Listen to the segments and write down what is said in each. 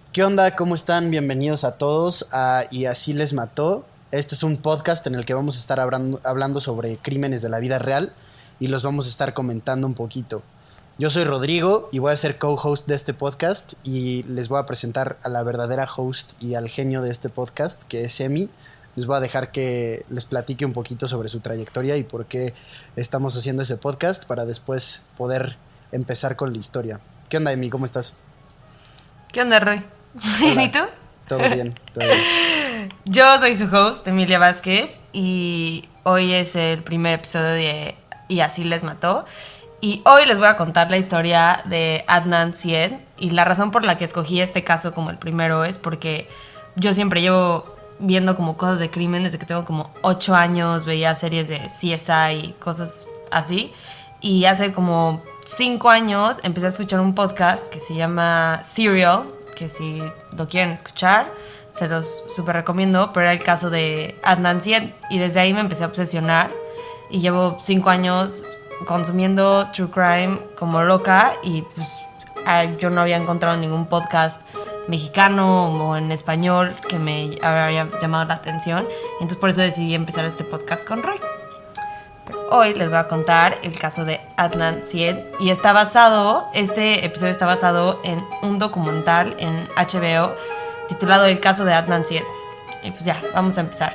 ¿Qué onda? ¿Cómo están? Bienvenidos a todos a Y así les mató. Este es un podcast en el que vamos a estar hablando sobre crímenes de la vida real y los vamos a estar comentando un poquito. Yo soy Rodrigo y voy a ser co-host de este podcast y les voy a presentar a la verdadera host y al genio de este podcast, que es Emi. Les voy a dejar que les platique un poquito sobre su trayectoria y por qué estamos haciendo ese podcast para después poder empezar con la historia. ¿Qué onda, Emi? ¿Cómo estás? ¿Qué onda, Roy? Hola. ¿Y tú? Todo bien, todo bien. Yo soy su host, Emilia Vázquez, y hoy es el primer episodio de Y así les mató. Y hoy les voy a contar la historia de Adnan Syed. Y la razón por la que escogí este caso como el primero es porque yo siempre llevo viendo como cosas de crimen desde que tengo como 8 años. Veía series de CSI y cosas así. Y hace como 5 años empecé a escuchar un podcast que se llama Serial, que si lo quieren escuchar, se los súper recomiendo, pero era el caso de Adnan Syed, y desde ahí me empecé a obsesionar, y llevo 5 años consumiendo True Crime como loca, y pues yo no había encontrado ningún podcast mexicano o en español que me había llamado la atención, y entonces por eso decidí empezar este podcast con Roy. Hoy les voy a contar el caso de Adnan Syed y este episodio está basado en un documental en HBO titulado El caso de Adnan Syed. Y pues ya, vamos a empezar.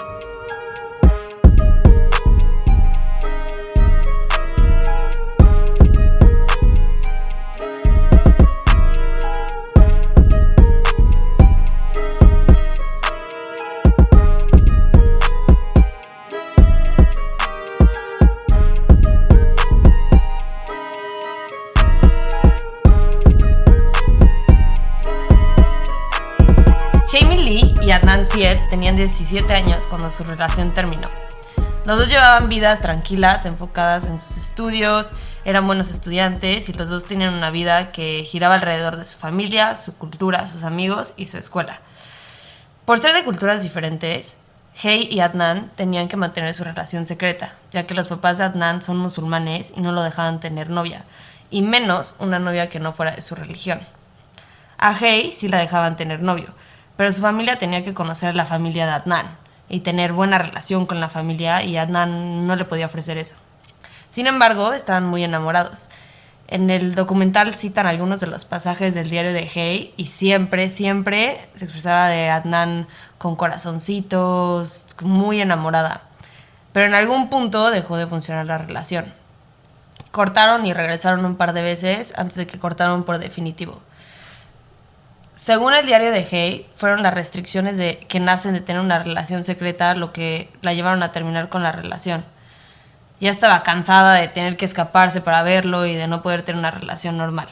Adnan Syed tenían 17 años cuando su relación terminó. Los dos llevaban vidas tranquilas, enfocadas en sus estudios, eran buenos estudiantes y los dos tenían una vida que giraba alrededor de su familia, su cultura, sus amigos y su escuela. Por ser de culturas diferentes, Hey y Adnan tenían que mantener su relación secreta, ya que los papás de Adnan son musulmanes y no lo dejaban tener novia, y menos una novia que no fuera de su religión. A Hey sí la dejaban tener novio, pero su familia tenía que conocer a la familia de Adnan y tener buena relación con la familia, y Adnan no le podía ofrecer eso. Sin embargo, estaban muy enamorados. En el documental citan algunos de los pasajes del diario de Hey y siempre se expresaba de Adnan con corazoncitos, muy enamorada. Pero en algún punto dejó de funcionar la relación. Cortaron y regresaron un par de veces antes de que cortaron por definitivo. Según el diario de Hey, fueron las restricciones que nacen de tener una relación secreta lo que la llevaron a terminar con la relación. Ya estaba cansada de tener que escaparse para verlo y de no poder tener una relación normal.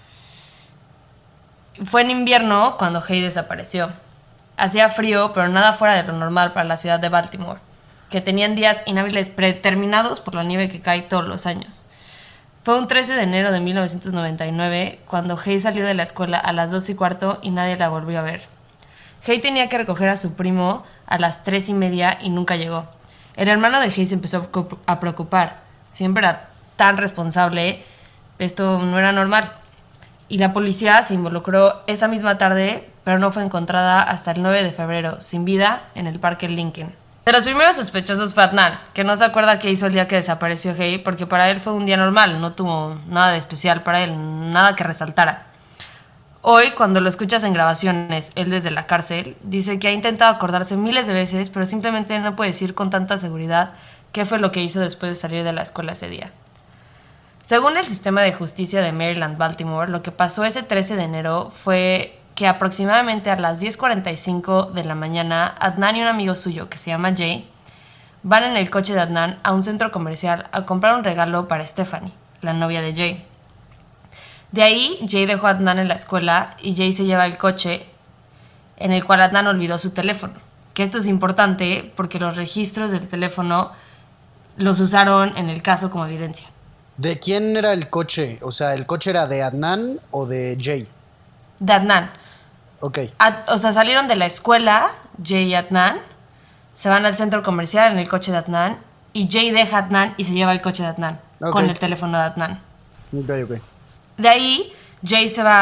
Fue en invierno cuando Hey desapareció. Hacía frío, pero nada fuera de lo normal para la ciudad de Baltimore, que tenían días inhábiles predeterminados por la nieve que cae todos los años. Fue un 13 de enero de 1999 cuando Hey salió de la escuela a las 2:15 y nadie la volvió a ver. Hey tenía que recoger a su primo a las 3:30 y nunca llegó. El hermano de Hey se empezó a preocupar. Siempre era tan responsable, esto no era normal. Y la policía se involucró esa misma tarde, pero no fue encontrada hasta el 9 de febrero, sin vida, en el Parque Lincoln. De los primeros sospechosos fue Adnan, que no se acuerda qué hizo el día que desapareció Hey, porque para él fue un día normal, no tuvo nada de especial para él, nada que resaltara. Hoy, cuando lo escuchas en grabaciones, él desde la cárcel, dice que ha intentado acordarse miles de veces, pero simplemente no puede decir con tanta seguridad qué fue lo que hizo después de salir de la escuela ese día. Según el sistema de justicia de Maryland-Baltimore, lo que pasó ese 13 de enero fue que aproximadamente a las 10:45 de la mañana, Adnan y un amigo suyo, que se llama Jay, van en el coche de Adnan a un centro comercial a comprar un regalo para Stephanie, la novia de Jay. De ahí, Jay dejó a Adnan en la escuela y Jay se lleva el coche en el cual Adnan olvidó su teléfono. Que esto es importante porque los registros del teléfono los usaron en el caso como evidencia. ¿De quién era el coche? O sea, ¿el coche era de Adnan o de Jay? De Adnan. Ok. Salieron de la escuela, Jay y Adnan, se van al centro comercial en el coche de Adnan, y Jay deja a Adnan y se lleva el coche de Adnan, con el teléfono de Adnan. Ok. De ahí, Jay se va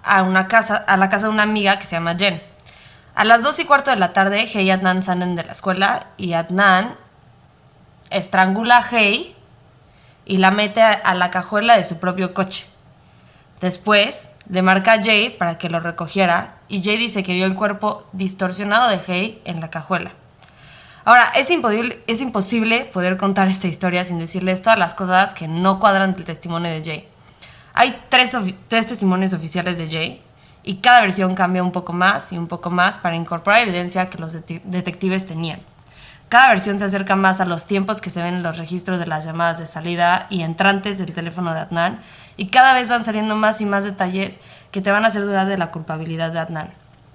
a la casa de una amiga que se llama Jen. A las 2:15 de la tarde, Hey y Adnan salen de la escuela y Adnan estrangula a Hey y la mete a la cajuela de su propio coche. Después le marca a Jay para que lo recogiera y Jay dice que vio el cuerpo distorsionado de Hey en la cajuela. Ahora, es imposible poder contar esta historia sin decirles todas las cosas que no cuadran del testimonio de Jay. Hay tres testimonios oficiales de Jay y cada versión cambia un poco más y un poco más para incorporar evidencia que los detectives tenían. Cada versión se acerca más a los tiempos que se ven en los registros de las llamadas de salida y entrantes del teléfono de Adnan, y cada vez van saliendo más y más detalles que te van a hacer dudar de la culpabilidad de Adnan.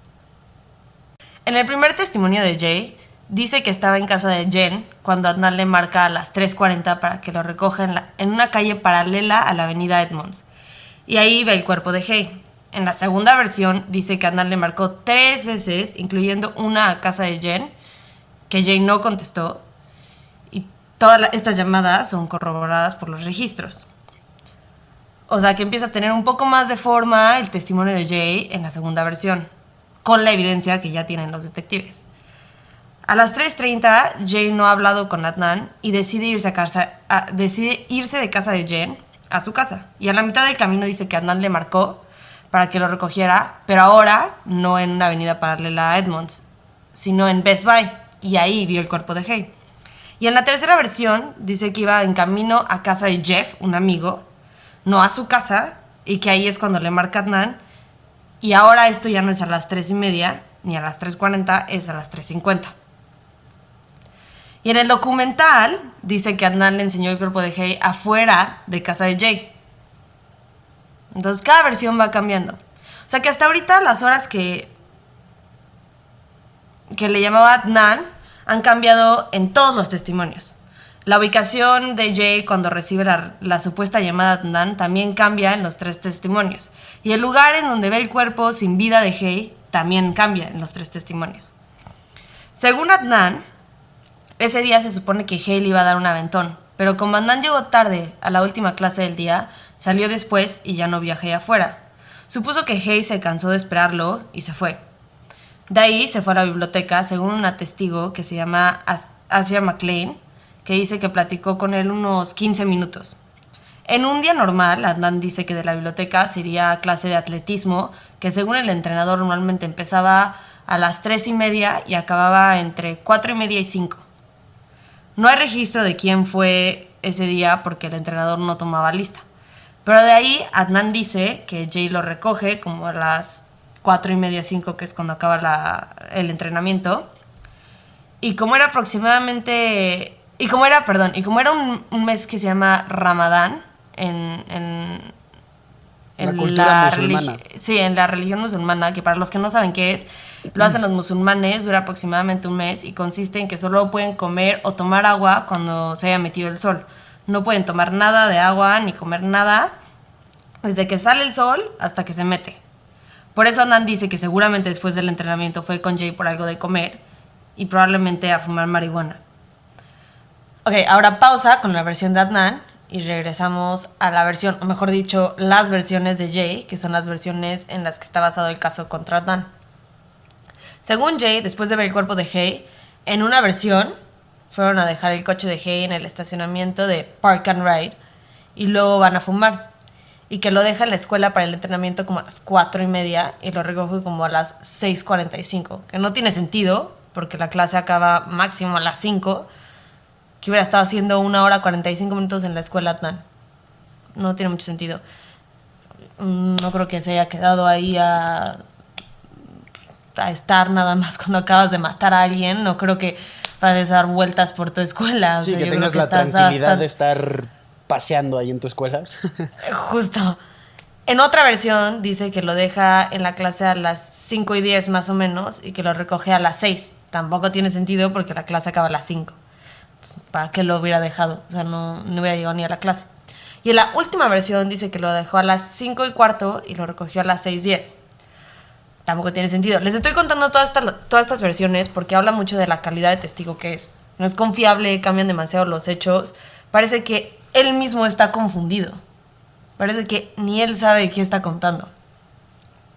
En el primer testimonio de Jay, dice que estaba en casa de Jen cuando Adnan le marca a las 3:40 para que lo recoja en una calle paralela a la avenida Edmonds, y ahí ve el cuerpo de Hey. En la segunda versión dice que Adnan le marcó 3 veces, incluyendo una a casa de Jen, que Jay no contestó, y todas estas llamadas son corroboradas por los registros. O sea que empieza a tener un poco más de forma el testimonio de Jay en la segunda versión, con la evidencia que ya tienen los detectives. A las 3:30, Jay no ha hablado con Adnan y decide irse de casa de Jen a su casa. Y a la mitad del camino dice que Adnan le marcó para que lo recogiera, pero ahora no en una avenida paralela a Edmonds, sino en Best Buy. Y ahí vio el cuerpo de Hey. Y en la tercera versión dice que iba en camino a casa de Jeff, un amigo, no a su casa, y que ahí es cuando le marca a Adnan. Y ahora esto ya no es a las 3:30 ni a las 3:40, es a las 3:50. Y en el documental dice que Adnan le enseñó el cuerpo de Hey afuera de casa de Jay. Entonces cada versión va cambiando. O sea que hasta ahorita las horas que le llamaba Adnan han cambiado en todos los testimonios. La ubicación de Jay cuando recibe la supuesta llamada de Adnan también cambia en los 3 testimonios. Y el lugar en donde ve el cuerpo sin vida de Hey también cambia en los 3 testimonios. Según Adnan, ese día se supone que Hey le iba a dar un aventón, pero como Adnan llegó tarde a la última clase del día, salió después y ya no vio a Hey afuera. Supuso que Hey se cansó de esperarlo y se fue. De ahí se fue a la biblioteca, según una testigo que se llama Asia McLean, que dice que platicó con él unos 15 minutos. En un día normal, Adnan dice que de la biblioteca se iría a clase de atletismo, que según el entrenador normalmente empezaba a las 3:30 y acababa entre 4:30 y 5. No hay registro de quién fue ese día porque el entrenador no tomaba lista. Pero de ahí, Adnan dice que Jay lo recoge como a las 4:30, 5, que es cuando acaba el entrenamiento. Y como era un mes que se llama Ramadán en la cultura musulmana. Sí, en la religión musulmana, que para los que no saben qué es, lo hacen los musulmanes, dura aproximadamente un mes y consiste en que solo pueden comer o tomar agua cuando se haya metido el sol. No pueden tomar nada de agua ni comer nada desde que sale el sol hasta que se mete. Por eso Adnan dice que seguramente después del entrenamiento fue con Jay por algo de comer y probablemente a fumar marihuana. Ok, ahora pausa con la versión de Adnan y regresamos a la versión, o mejor dicho, las versiones de Jay, que son las versiones en las que está basado el caso contra Adnan. Según Jay, después de ver el cuerpo de Hey, en una versión fueron a dejar el coche de Hey en el estacionamiento de Park and Ride y luego van a fumar. Y que lo deja en la escuela para el entrenamiento como a las 4:30 y lo recoge como a las 6:45. Que no tiene sentido, porque la clase acaba máximo a las 5, que hubiera estado haciendo 1 hora 45 minutos en la escuela Adnan. No tiene mucho sentido. No creo que se haya quedado ahí a estar nada más cuando acabas de matar a alguien. No creo que vas a dar vueltas por tu escuela. Sí, o sea, que tengas la tranquilidad de estar paseando ahí en tu escuela. Justo. En otra versión dice que lo deja en la clase a las 5:10 más o menos y que lo recoge a las 6. Tampoco tiene sentido porque la clase acaba a las 5. Entonces, ¿para qué lo hubiera dejado? O sea, no hubiera llegado ni a la clase. Y en la última versión dice que lo dejó a las 5:15 y lo recogió a las 6:10. Tampoco tiene sentido. Les estoy contando todas estas versiones porque habla mucho de la calidad de testigo que es. No es confiable, cambian demasiado los hechos. Parece que él mismo está confundido. Parece que ni él sabe qué está contando.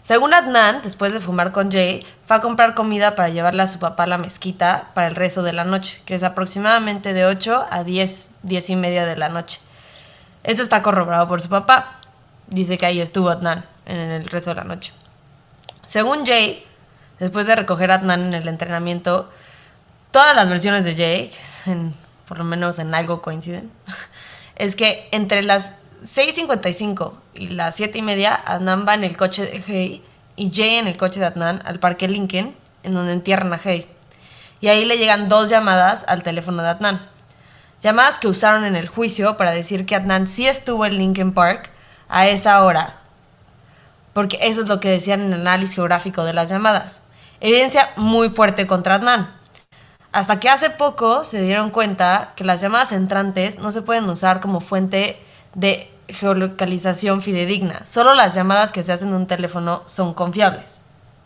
Según Adnan, después de fumar con Jay, fue a comprar comida para llevarle a su papá a la mezquita para el rezo de la noche, que es aproximadamente de 8 a 10 y media de la noche. Esto está corroborado por su papá. Dice que ahí estuvo Adnan en el rezo de la noche. Según Jay, después de recoger a Adnan en el entrenamiento, todas las versiones de Jay, por lo menos en algo coinciden, es que entre las 6:55 y las 7:30, Adnan va en el coche de Jay y Jay en el coche de Adnan al parque Lincoln, en donde entierran a Jay. Y ahí le llegan 2 llamadas al teléfono de Adnan. Llamadas que usaron en el juicio para decir que Adnan sí estuvo en Lincoln Park a esa hora. Porque eso es lo que decían en el análisis geográfico de las llamadas. Evidencia muy fuerte contra Adnan. Hasta que hace poco se dieron cuenta que las llamadas entrantes no se pueden usar como fuente de geolocalización fidedigna. Solo las llamadas que se hacen de un teléfono son confiables.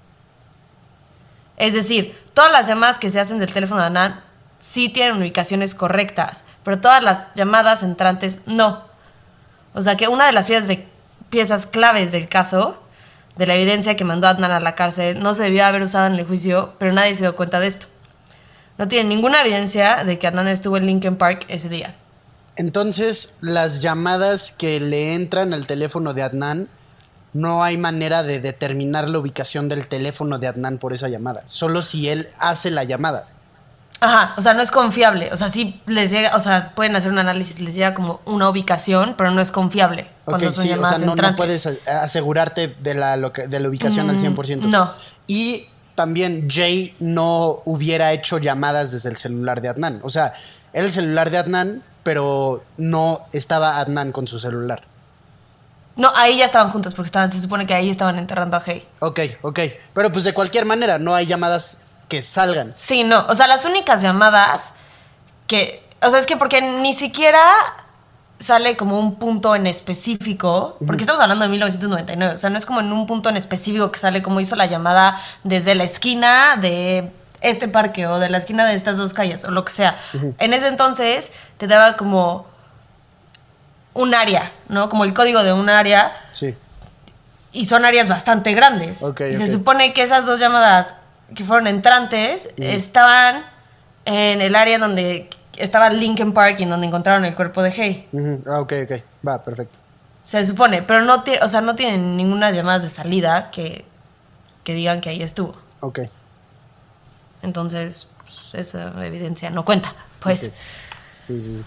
Es decir, todas las llamadas que se hacen del teléfono de Adnan sí tienen ubicaciones correctas, pero todas las llamadas entrantes no. O sea que una de las piezas claves del caso, de la evidencia que mandó Adnan a la cárcel, no se debió haber usado en el juicio, pero nadie se dio cuenta de esto. No tiene ninguna evidencia de que Adnan estuvo en Lincoln Park ese día. Entonces, las llamadas que le entran al teléfono de Adnan, no hay manera de determinar la ubicación del teléfono de Adnan por esa llamada. Solo si él hace la llamada. Ajá, o sea, no es confiable. O sea, sí les llega, o sea, pueden hacer un análisis, les llega como una ubicación, pero no es confiable cuando son llamadas o sea, entrantes. No puedes asegurarte de la ubicación al 100%. No. Y también Jay no hubiera hecho llamadas desde el celular de Adnan. O sea, era el celular de Adnan, pero no estaba Adnan con su celular. No, ahí ya estaban juntos porque se supone que ahí estaban enterrando a Jay. Ok. Pero pues de cualquier manera, no hay llamadas que salgan. Sí, no. O sea, las únicas llamadas que... O sea, es que porque ni siquiera sale como un punto en específico, porque estamos hablando de 1999, o sea, no es como en un punto en específico que sale como hizo la llamada desde la esquina de este parque o de la esquina de estas 2 calles o lo que sea. En ese entonces te daba como un área, ¿no? Como el código de un área. Sí. Y son áreas bastante grandes. Se supone que esas 2 llamadas que fueron entrantes estaban en el área donde estaba Lincoln Park y en donde encontraron el cuerpo de Jay. Ok. Va, perfecto. Se supone, pero no tienen ninguna llamada de salida que digan que ahí estuvo. Ok. Entonces, pues, esa evidencia no cuenta, pues. Okay. Sí.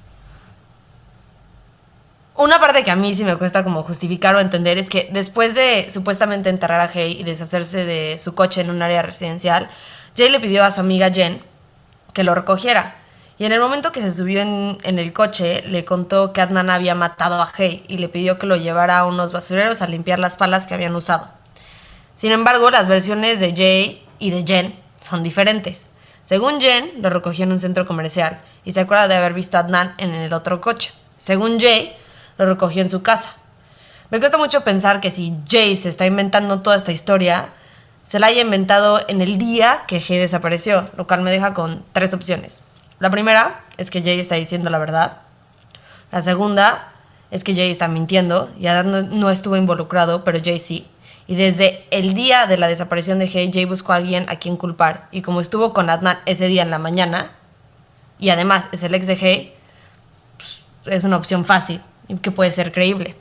Una parte que a mí sí me cuesta como justificar o entender es que después de supuestamente enterrar a Jay y deshacerse de su coche en un área residencial, Jay le pidió a su amiga Jen que lo recogiera. Y en el momento que se subió en el coche, le contó que Adnan había matado a Jay y le pidió que lo llevara a unos basureros a limpiar las palas que habían usado. Sin embargo, las versiones de Jay y de Jen son diferentes. Según Jen, lo recogió en un centro comercial y se acuerda de haber visto a Adnan en el otro coche. Según Jay, lo recogió en su casa. Me cuesta mucho pensar que si Jay se está inventando toda esta historia, se la haya inventado en el día que Jay desapareció, lo cual me deja con 3 opciones. La primera es que Jay está diciendo la verdad. La segunda es que Jay está mintiendo y Adnan no estuvo involucrado, pero Jay sí. Y desde el día de la desaparición de Jay buscó a alguien a quien culpar. Y como estuvo con Adnan ese día en la mañana, y además es el ex de Jay, pues, es una opción fácil y que puede ser creíble.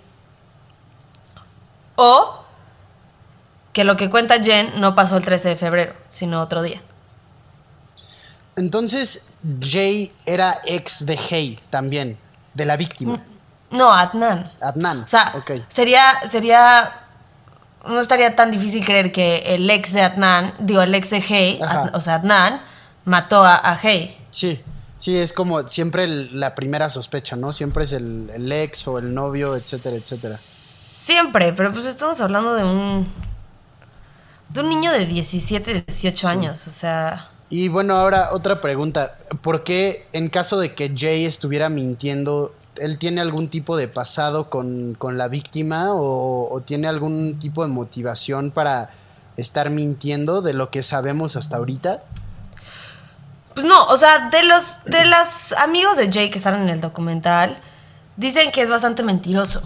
O que lo que cuenta Jen no pasó el 13 de febrero, sino otro día. Entonces, Jay era ex de Jay también, de la víctima. No, Adnan. O sea, sería... No estaría tan difícil creer que el ex de Adnan, el ex de Jay, o sea, Adnan, mató a Jay. Sí, es como siempre la primera sospecha, ¿no? Siempre es el ex o el novio, etcétera. Siempre, pero pues estamos hablando de un niño de 17, 18 años, o sea... Y bueno, ahora otra pregunta. ¿Por qué en caso de que Jay estuviera mintiendo, él tiene algún tipo de pasado con la víctima o tiene algún tipo de motivación para estar mintiendo de lo que sabemos hasta ahorita? Pues no, o sea, de los amigos de Jay que están en el documental, dicen que es bastante mentiroso.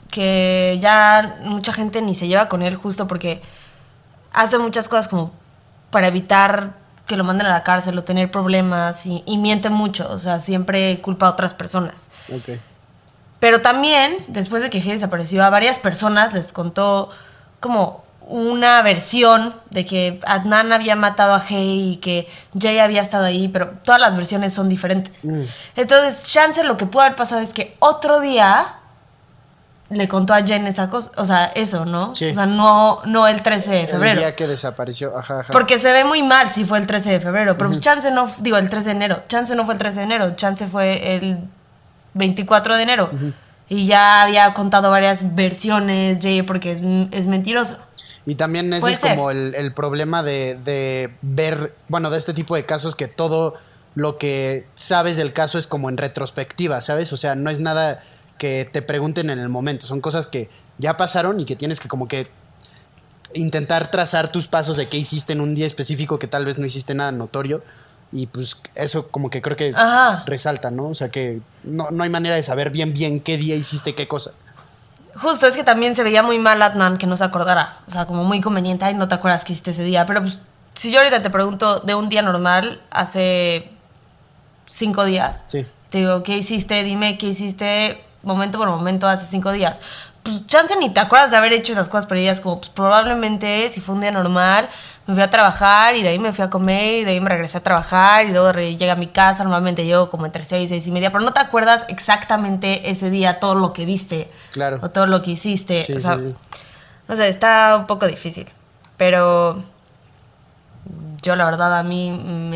que ya mucha gente ni se lleva con él justo porque hace muchas cosas como para evitar que lo manden a la cárcel o tener problemas y miente mucho, o sea, siempre culpa a otras personas. Ok. Pero también, después de que Jay desapareció, a varias personas les contó como una versión de que Adnan había matado a Jay y que Jay había estado ahí, pero todas las versiones son diferentes. Entonces, chance lo que pudo haber pasado es que otro día le contó a Jen esa cosa, o sea, eso, ¿no? Sí. O sea, no el 13 de febrero. El día que desapareció, ajá. Porque se ve muy mal si fue el 13 de febrero, pero chance no, digo, el 13 de enero, chance no fue el 13 de enero, chance fue el 24 de enero. Y ya había contado varias versiones, Jay, porque es mentiroso. Y también ese es como el problema de ver, bueno, de este tipo de casos, que todo lo que sabes del caso es como en retrospectiva, ¿sabes? O sea, no es nada que te pregunten en el momento, son cosas que ya pasaron y que tienes que como que intentar trazar tus pasos de qué hiciste en un día específico que tal vez no hiciste nada notorio. Y pues eso como que creo que resalta, ¿no? O sea, que no hay manera de saber bien qué día hiciste qué cosa. Justo, es que también se veía muy mal Adnan que no se acordara. O sea, como muy conveniente, ay, no te acuerdas qué hiciste ese día. Pero pues, si yo ahorita te pregunto de un día normal, hace 5 días, sí. Te digo, ¿qué hiciste? Dime qué hiciste momento por momento hace 5 días. Pues chance ni te acuerdas de haber hecho esas cosas, pero ellas como, pues probablemente si fue un día normal, me fui a trabajar y de ahí me fui a comer y de ahí me regresé a trabajar y luego llegué a mi casa, normalmente llego como entre 6 y 6:30, pero no te acuerdas exactamente ese día todo lo que viste. Claro. O todo lo que hiciste. Sí, o sea, sí. no sé, está un poco difícil. Pero yo la verdad a mí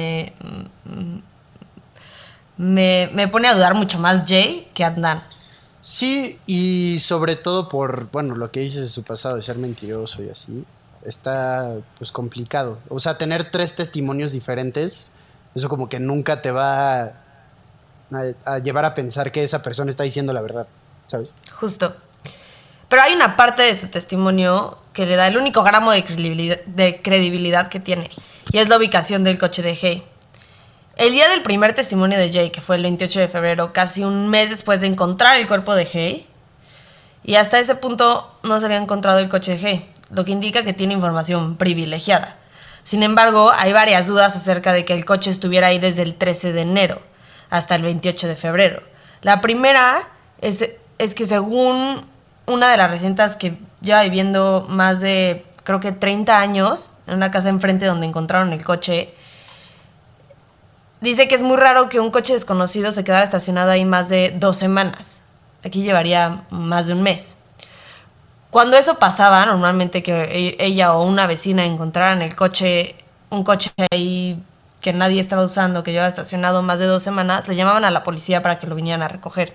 me pone a dudar mucho más Jay que Adnan. Sí, y sobre todo por, bueno, lo que dices de su pasado, de ser mentiroso y así, está pues complicado. O sea, tener 3 testimonios diferentes, eso como que nunca te va a llevar a pensar que esa persona está diciendo la verdad, ¿sabes? Justo. Pero hay una parte de su testimonio que le da el único gramo de credibilidad que tiene, y es la ubicación del coche de Jay. El día del primer testimonio de Jay, que fue el 28 de febrero, casi un mes después de encontrar el cuerpo de Jay, y hasta ese punto no se había encontrado el coche de Jay, lo que indica que tiene información privilegiada. Sin embargo, hay varias dudas acerca de que el coche estuviera ahí desde el 13 de enero hasta el 28 de febrero. La primera es que según una de las recientes que lleva viviendo más de, creo que 30 años, en una casa enfrente donde encontraron el coche, dice que es muy raro que un coche desconocido se quedara estacionado ahí más de 2 semanas. Aquí llevaría más de un mes. Cuando eso pasaba, normalmente que ella o una vecina encontraran un coche ahí que nadie estaba usando, que llevaba estacionado más de 2 semanas, le llamaban a la policía para que lo vinieran a recoger.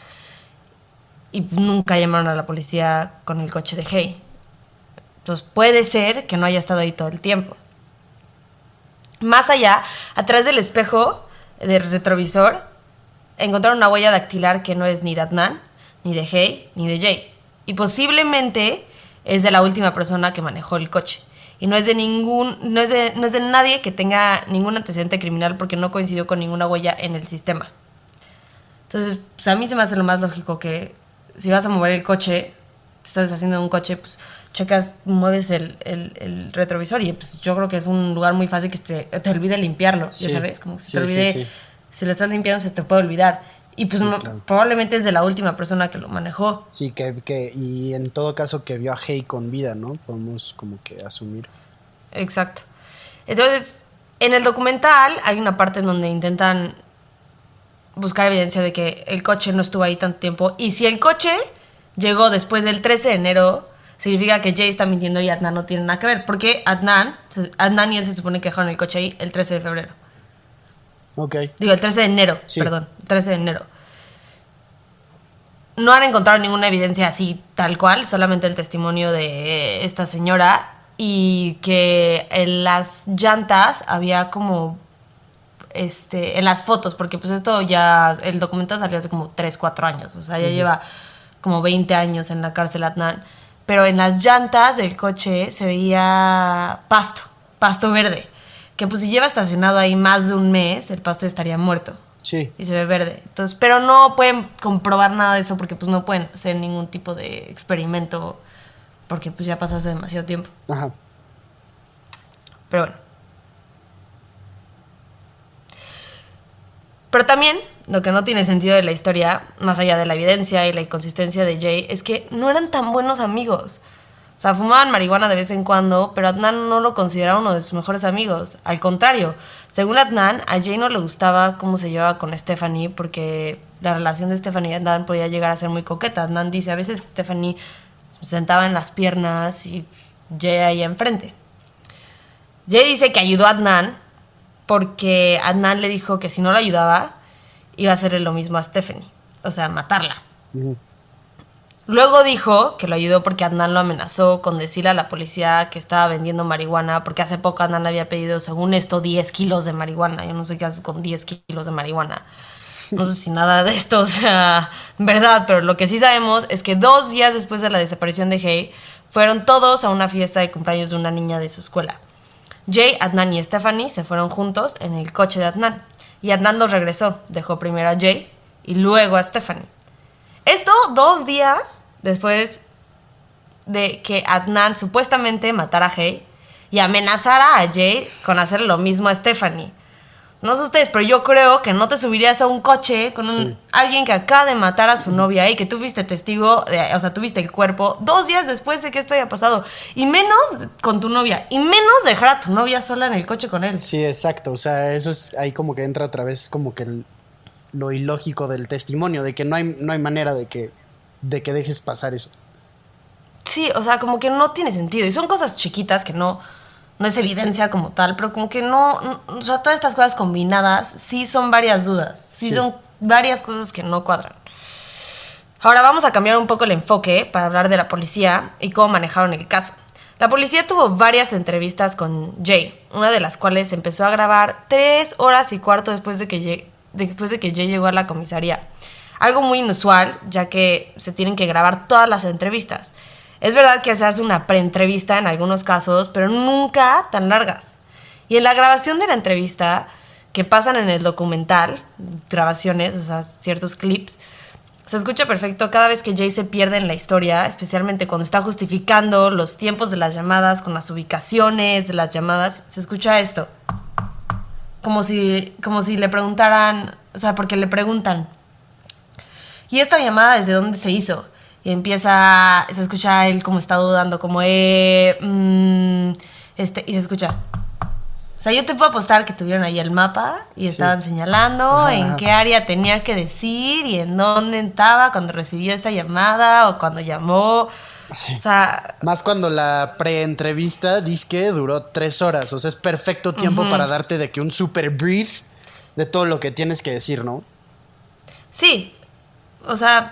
Y nunca llamaron a la policía con el coche de Jay. Entonces puede ser que no haya estado ahí todo el tiempo. Más allá, atrás del espejo del retrovisor, encontraron una huella dactilar que no es ni de Adnan, ni de Jay, ni de Jay. Y posiblemente es de la última persona que manejó el coche. Y no es de nadie que tenga ningún antecedente criminal porque no coincidió con ninguna huella en el sistema. Entonces, pues a mí se me hace lo más lógico que si vas a mover el coche, te estás deshaciendo de un coche, pues checas, mueves el retrovisor y pues yo creo que es un lugar muy fácil que te olvide limpiarlo, sí, ya sabes, como que se sí, te olvide, sí. Si lo estás limpiando se te puede olvidar. Y pues Sí, claro. probablemente es de la última persona que lo manejó. Sí, y en todo caso que vio a Jay con vida, ¿no? Podemos como que asumir. Exacto. Entonces, en el documental hay una parte en donde intentan buscar evidencia de que el coche no estuvo ahí tanto tiempo. Y si el coche llegó después del 13 de enero, significa que Jay está mintiendo y Adnan no tiene nada que ver. Porque Adnan y él se supone que dejaron el coche ahí el 13 de febrero. Ok. Digo, el 13 de enero, sí. Perdón, el 13 de enero. No han encontrado ninguna evidencia así, tal cual, solamente el testimonio de esta señora y que en las llantas había como, en las fotos, porque pues esto ya, el documental salió hace como 3, 4 años, o sea, ya lleva como 20 años en la cárcel Adnan, pero en las llantas del coche se veía pasto verde, que pues si lleva estacionado ahí más de un mes, el pasto estaría muerto. Sí. Y se ve verde. Entonces, pero no pueden comprobar nada de eso porque pues no pueden hacer ningún tipo de experimento porque pues ya pasó hace demasiado tiempo. Ajá. Pero bueno. Pero también, lo que no tiene sentido de la historia, más allá de la evidencia y la inconsistencia de Jay, es que no eran tan buenos amigos. O sea, fumaban marihuana de vez en cuando, pero Adnan no lo consideraba uno de sus mejores amigos. Al contrario, según Adnan, a Jay no le gustaba cómo se llevaba con Stephanie, porque la relación de Stephanie y Adnan podía llegar a ser muy coqueta. Adnan dice, a veces Stephanie se sentaba en las piernas y Jay ahí enfrente. Jay dice que ayudó a Adnan porque Adnan le dijo que si no lo ayudaba, iba a hacerle lo mismo a Stephanie. O sea, matarla. Uh-huh. Luego dijo que lo ayudó porque Adnan lo amenazó con decirle a la policía que estaba vendiendo marihuana, porque hace poco Adnan le había pedido, según esto, 10 kilos de marihuana. Yo no sé qué haces con 10 kilos de marihuana. No sé si nada de esto sea verdad, pero lo que sí sabemos es que 2 días después de la desaparición de Jay, fueron todos a una fiesta de cumpleaños de una niña de su escuela. Jay, Adnan y Stephanie se fueron juntos en el coche de Adnan, y Adnan los regresó. Dejó primero a Jay y luego a Stephanie. Esto 2 días después de que Adnan supuestamente matara a Jay y amenazara a Jay con hacer lo mismo a Stephanie. No sé ustedes, pero yo creo que no te subirías a un coche con alguien que acaba de matar a su novia y que tú fuiste testigo, o sea, tuviste el cuerpo 2 días después de que esto haya pasado. Y menos con tu novia. Y menos dejar a tu novia sola en el coche con él. Sí, exacto. O sea, eso es ahí como que entra otra vez como que lo ilógico del testimonio, de que no hay manera de que dejes pasar eso. Sí, o sea, como que no tiene sentido. Y son cosas chiquitas que no es evidencia como tal, pero como que no, o sea, todas estas cosas combinadas sí son varias dudas, sí son varias cosas que no cuadran. Ahora vamos a cambiar un poco el enfoque para hablar de la policía y cómo manejaron el caso. La policía tuvo varias entrevistas con Jay, una de las cuales empezó a grabar 3 horas y cuarto después de que Jay llegó a la comisaría. Algo muy inusual, ya que se tienen que grabar todas las entrevistas. Es verdad que se hace una preentrevista en algunos casos, pero nunca tan largas. Y en la grabación de la entrevista, que pasan en el documental, grabaciones, o sea, ciertos clips, se escucha perfecto cada vez que Jay se pierde en la historia, especialmente cuando está justificando los tiempos de las llamadas con las ubicaciones de las llamadas. Se escucha esto. Como si le preguntaran, o sea, porque le preguntan, ¿y esta llamada desde dónde se hizo? Y se escucha él como está dudando, como y se escucha. O sea, yo te puedo apostar que tuvieron ahí el mapa y estaban señalando en qué área tenía que decir y en dónde estaba cuando recibió esta llamada o cuando llamó. Sí. O sea, más cuando la preentrevista dizque duró 3 horas. O sea, es perfecto tiempo para darte de que un super brief de todo lo que tienes que decir, ¿no? Sí. O sea,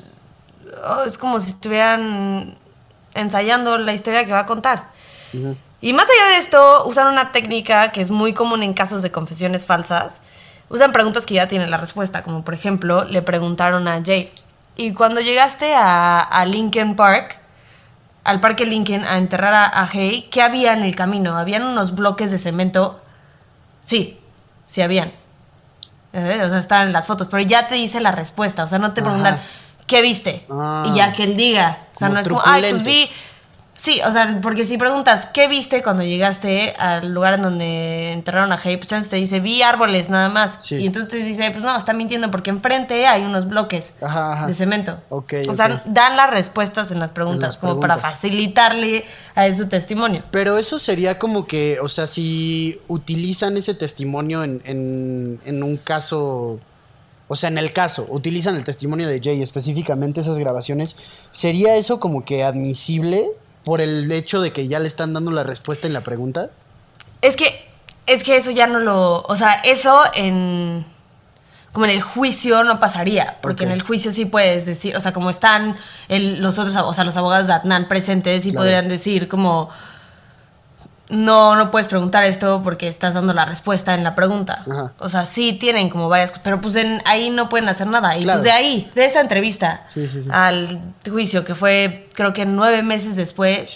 es como si estuvieran ensayando la historia que va a contar. Uh-huh. Y más allá de esto, usan una técnica que es muy común en casos de confesiones falsas. Usan preguntas que ya tienen la respuesta, como por ejemplo, le preguntaron a Jay, ¿y cuando llegaste a Lincoln Park, al parque Lincoln, a enterrar a Jay, qué había en el camino? ¿Habían unos bloques de cemento? Sí habían. O sea, estaban en las fotos, pero ya te dice la respuesta, o sea, no te preguntan, ¿qué viste? Y ya que él diga, o sea, no es como, pues vi. Sí, o sea, porque si preguntas, ¿qué viste cuando llegaste al lugar en donde enterraron a Jay? Pues chance te dice, vi árboles nada más. Sí. Y entonces te dice, pues no, está mintiendo porque enfrente hay unos bloques de cemento. O sea, dan las respuestas en las preguntas, como para facilitarle a él su testimonio. Pero eso sería como que, o sea, si utilizan ese testimonio en un caso, o sea, en el caso, utilizan el testimonio de Jay, específicamente esas grabaciones, ¿sería eso como que admisible por el hecho de que ya le están dando la respuesta en la pregunta? Es que eso ya no lo... O sea, eso como en el juicio no pasaría, porque en el juicio sí puedes decir, o sea, como están los otros, o sea, los abogados de Adnan presentes, sí podrían decir como, no puedes preguntar esto porque estás dando la respuesta en la pregunta. Ajá. O sea, sí tienen como varias cosas, pero pues ahí no pueden hacer nada. Y pues de esa entrevista al juicio, que fue creo que 9 meses después,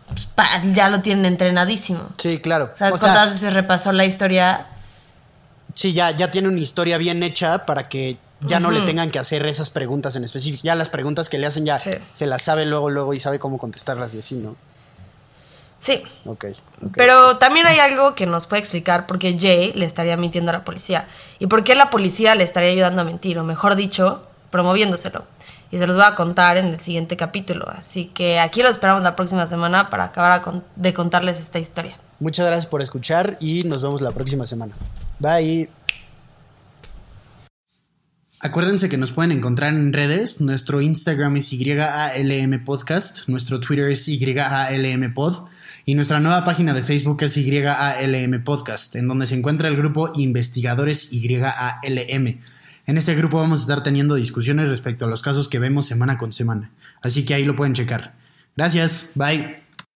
ya lo tienen entrenadísimo. Sí, claro. ¿Sabes cuántas veces repasó la historia? Sí, ya tiene una historia bien hecha para que ya no le tengan que hacer esas preguntas en específico. Ya las preguntas que le hacen ya se las sabe luego y sabe cómo contestarlas y así, ¿no? Sí. Ok. Pero también hay algo que nos puede explicar por qué Jay le estaría mintiendo a la policía y por qué la policía le estaría ayudando a mentir, o mejor dicho, promoviéndoselo. Y se los voy a contar en el siguiente capítulo. Así que aquí lo esperamos la próxima semana para acabar de contarles esta historia. Muchas gracias por escuchar y nos vemos la próxima semana. Bye. Acuérdense que nos pueden encontrar en redes. Nuestro Instagram es YALM Podcast, nuestro Twitter es YALM Pod y nuestra nueva página de Facebook es YALM Podcast, en donde se encuentra el grupo Investigadores YALM. En este grupo vamos a estar teniendo discusiones respecto a los casos que vemos semana con semana, así que ahí lo pueden checar. Gracias, bye.